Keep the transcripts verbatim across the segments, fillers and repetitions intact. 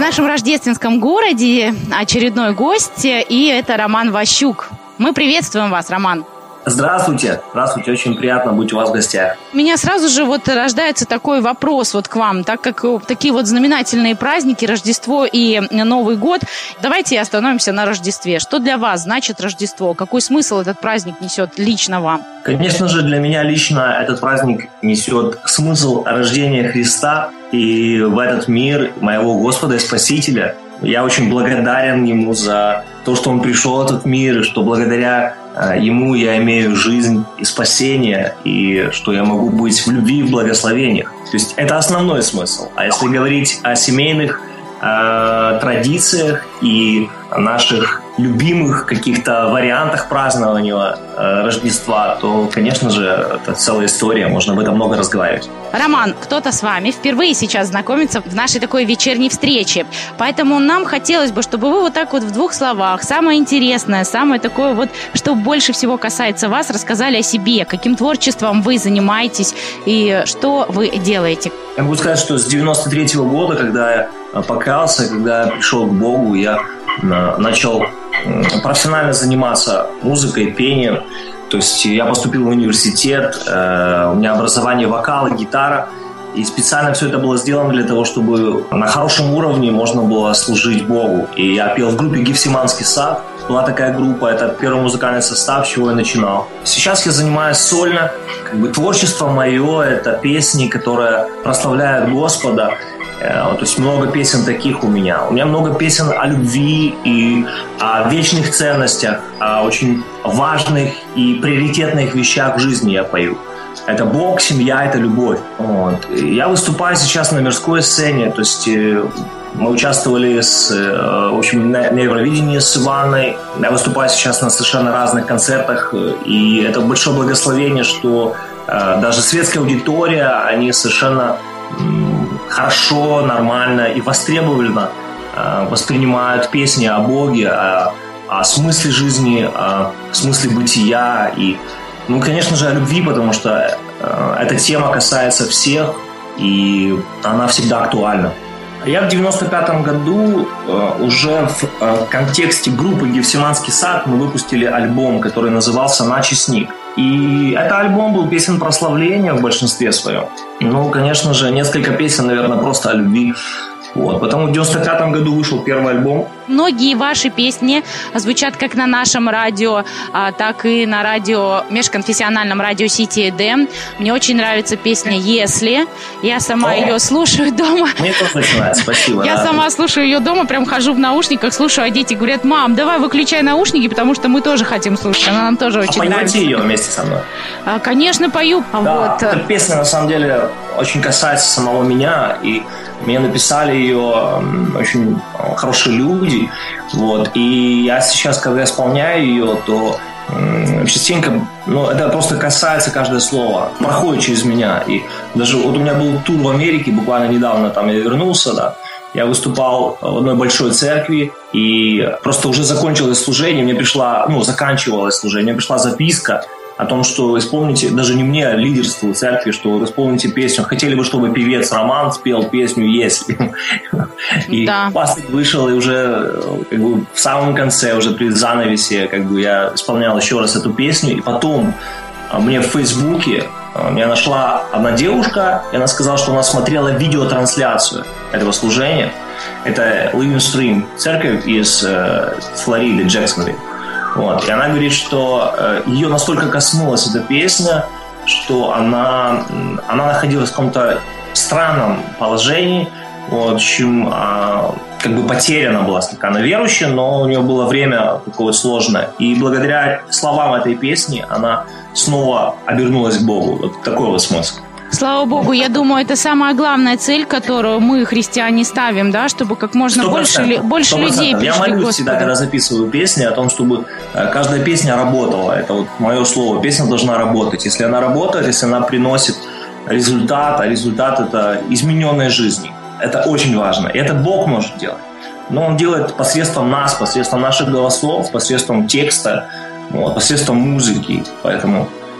нашем рождественском городе очередной гость, и это Роман Ващук. Мы приветствуем вас, Роман. Здравствуйте, здравствуйте, очень приятно быть у вас в гостях. У меня сразу же вот рождается такой вопрос вот к вам, так как такие вот знаменательные праздники, Рождество и Новый год, давайте остановимся на Рождестве. Что для вас значит Рождество? Какой смысл этот праздник несет лично вам? Конечно же, для меня лично этот праздник несет смысл рождения Христа и в этот мир моего Господа и Спасителя. Я очень благодарен Ему за то, что Он пришел в этот мир, и что благодаря Ему я имею жизнь и спасение, и что я могу быть в любви и в благословениях. То есть это основной смысл. А если говорить о семейных э, традициях и наших любимых каких-то вариантах празднования э, Рождества, то, конечно же, это целая история, можно об этом много разговаривать. Роман, кто-то с вами впервые сейчас знакомится в нашей такой вечерней встрече, поэтому нам хотелось бы, чтобы вы вот так вот в двух словах, самое интересное, самое такое вот, что больше всего касается вас, рассказали о себе, каким творчеством вы занимаетесь и что вы делаете. Я могу сказать, что с девяносто третьего года, когда я покаялся, когда я пришел к Богу, я начал профессионально заниматься музыкой, пением. То есть я поступил в университет, у меня образование вокала, гитара. И специально все это было сделано для того, чтобы на хорошем уровне можно было служить Богу. И я пел в группе «Гефсиманский сад». Была такая группа, это первый музыкальный состав, с чего я начинал. Сейчас я занимаюсь сольно. Как бы творчество мое – это песни, которые прославляют Господа. То есть много песен таких у меня. У меня много песен о любви и о вечных ценностях, о очень важных и приоритетных вещах в жизни я пою. Это Бог, семья, это любовь. Вот. Я выступаю сейчас на мирской сцене, то есть мы участвовали с, в общем, на Евровидении с Иваной. Я выступаю сейчас на совершенно разных концертах, и это большое благословение, что даже светская аудитория, они совершенно хорошо, нормально и востребованно воспринимают песни о Боге, о, о смысле жизни, о смысле бытия и, ну, конечно же, о любви, потому что э, эта тема касается всех, и она всегда актуальна. Я в девяносто пятом году э, уже в э, контексте группы «Гефсиманский сад» мы выпустили альбом, который назывался «Наче снег». И этот альбом был песен прославления в большинстве своем. Ну, конечно же, несколько песен, наверное, просто о любви. Вот. Потом в девяносто пятом году вышел первый альбом. Многие ваши песни звучат как на нашем радио, так и на радио, межконфессиональном радио Сити эф эм. Мне очень нравится песня «Если». Я сама О, ее слушаю дома. Мне тоже начинается, спасибо. Я да. сама слушаю ее дома, прям хожу в наушниках, слушаю, а дети говорят: мам, давай выключай наушники, потому что мы тоже хотим слушать. Она нам тоже очень а нравится. Поете ее вместе со мной? А, конечно, пою. Да, вот. Эта песня, на самом деле, очень касается самого меня, и мне написали ее очень хорошие люди, вот, и я сейчас, когда исполняю ее, то м, частенько, ну, это просто касается каждое слово, проходит через меня, и даже вот у меня был тур в Америке, буквально недавно, там я вернулся, да, я выступал в одной большой церкви, и просто уже закончилось служение, мне пришла, ну, заканчивалось служение, мне пришла записка о том, что исполните, даже не мне, а лидерству церкви, что вот исполните песню. Хотели бы, чтобы певец Роман спел песню «Если». И да. пастырь вышел, и уже как бы, в самом конце, уже при занавесе, как бы я исполнял еще раз эту песню. И потом мне в Фейсбуке меня нашла одна девушка, и она сказала, что она смотрела видеотрансляцию этого служения. Это Living Stream, церковь из э, Флориды, Джексонвилл. Вот. И она говорит, что э, ее настолько коснулась эта песня, что она, она находилась в каком-то странном положении, вот, в общем, э, как бы потеряна была слегка. Она верующая, но у нее было время какое-то сложное. И благодаря словам этой песни она снова обернулась к Богу. Вот такой вот смысл. Слава Богу, я думаю, это самая главная цель, которую мы, христиане, ставим, да, чтобы как можно больше, больше людей пришли Я к молюсь Господу. всегда, когда записываю песни, о том, чтобы каждая песня работала. Это вот мое слово. Песня должна работать. Если она работает, если она приносит результат, а результат – это измененная жизнь. Это очень важно. И это Бог может делать. Но Он делает посредством нас, посредством наших голосов, посредством текста, вот, посредством музыки. Поэтому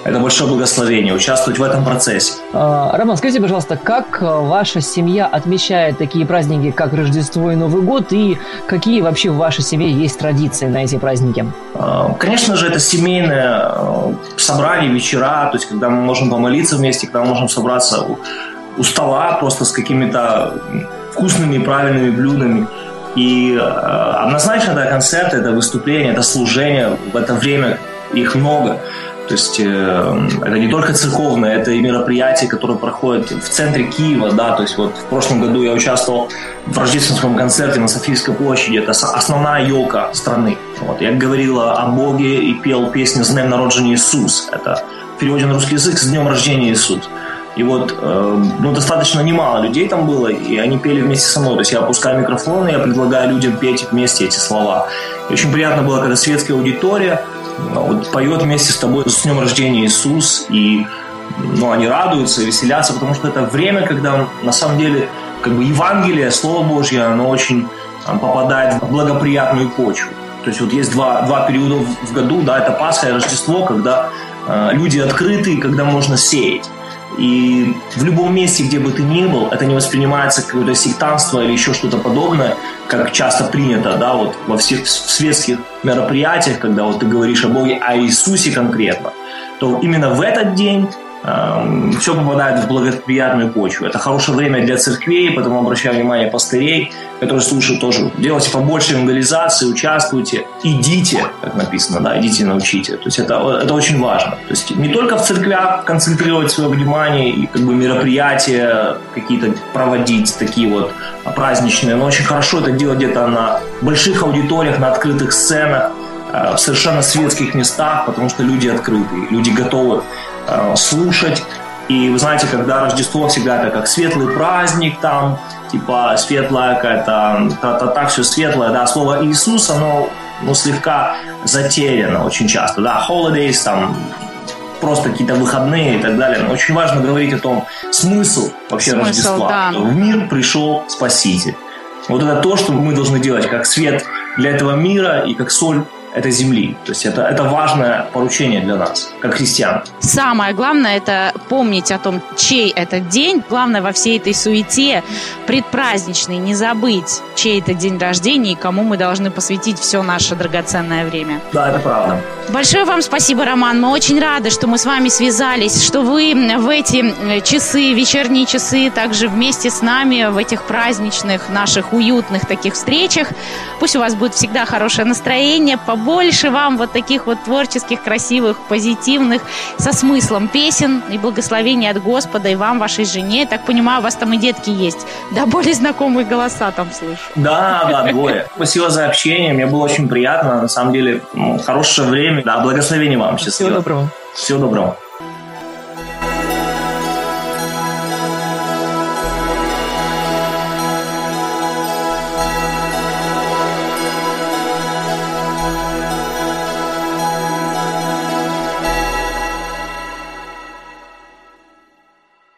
это большое благословение, участвовать в этом процессе. Роман, скажите, пожалуйста, как ваша семья отмечает такие праздники, как Рождество и Новый год, и какие вообще в вашей семье есть традиции на эти праздники? Конечно же, это семейное собрание, вечера, то есть когда мы можем помолиться вместе, когда мы можем собраться у, у стола просто с какими-то вкусными и правильными блюдами. И однозначно это концерты, это выступления, это служение, в это время их много. То есть э, это не только церковное, это и мероприятия, которые проходят в центре Киева, да, то есть вот в прошлом году я участвовал в рождественском концерте на Софийской площади, это основная елка страны. Вот. Я говорил о Боге и пел песню «С днем народжения Иисус», это в переводе на русский язык «С днем рождения Иисус». И вот э, ну, достаточно немало людей там было, и они пели вместе со мной. То есть я опускаю микрофон, и я предлагаю людям петь вместе эти слова. И очень приятно было, когда светская аудитория вот, поет вместе с тобой «С днем рождения Иисус», и ну, они радуются, веселятся, потому что это время, когда на самом деле как бы Евангелие, Слово Божье, оно очень там, попадает в благоприятную почву. То есть вот есть два, два периода в году, да, это Пасха и Рождество, когда э, люди открыты, когда можно сеять. И в любом месте, где бы ты ни был, это не воспринимается как какое-то сектантство или еще что-то подобное, как часто принято, да, вот во всех светских мероприятиях, когда вот ты говоришь о Боге, о Иисусе конкретно, то именно в этот день э, все попадает в благоприятную почву. Это хорошее время для церквей, поэтому обращаю внимание пастырей, которые слушают тоже. Делайте побольше евангелизации, участвуйте, идите, как написано, да, идите научите. То есть это, это очень важно. То есть не только в церквях концентрировать свое внимание и как бы мероприятия какие-то проводить, такие вот праздничные, но очень хорошо это делать где-то на больших аудиториях, на открытых сценах, в совершенно светских местах, потому что люди открыты, люди готовы слушать. И вы знаете, когда Рождество всегда это как светлый праздник, там, типа светлая какая-то, та-та-та, все светлое, да, слово Иисус, оно ну, слегка затеряно очень часто, да, holidays, там, просто какие-то выходные и так далее. Но очень важно говорить о том, смысл вообще смысл, Рождества. Да. В мир пришел Спаситель. Вот это то, что мы должны делать, как свет для этого мира и как соль этой земли. То есть это, это важное поручение для нас, как христиан. Самое главное – это помнить о том, чей этот день. Главное во всей этой суете предпраздничной не забыть, чей это день рождения и кому мы должны посвятить все наше драгоценное время. Да, это правда. Большое вам спасибо, Роман. Мы очень рады, что мы с вами связались, что вы в эти часы, вечерние часы, также вместе с нами в этих праздничных, наших уютных таких встречах. Пусть у вас будет всегда хорошее настроение, побольше вам вот таких вот творческих, красивых, позитивных, со смыслом песен и благословений от Господа, и вам, вашей жене. Я так понимаю, у вас там и детки есть. Да, более знакомые голоса там слышу. Да, да, двое. Спасибо за общение, мне было очень приятно. На самом деле, хорошее время. Да, благословения вам. Счастливо. Всего доброго. Всего доброго.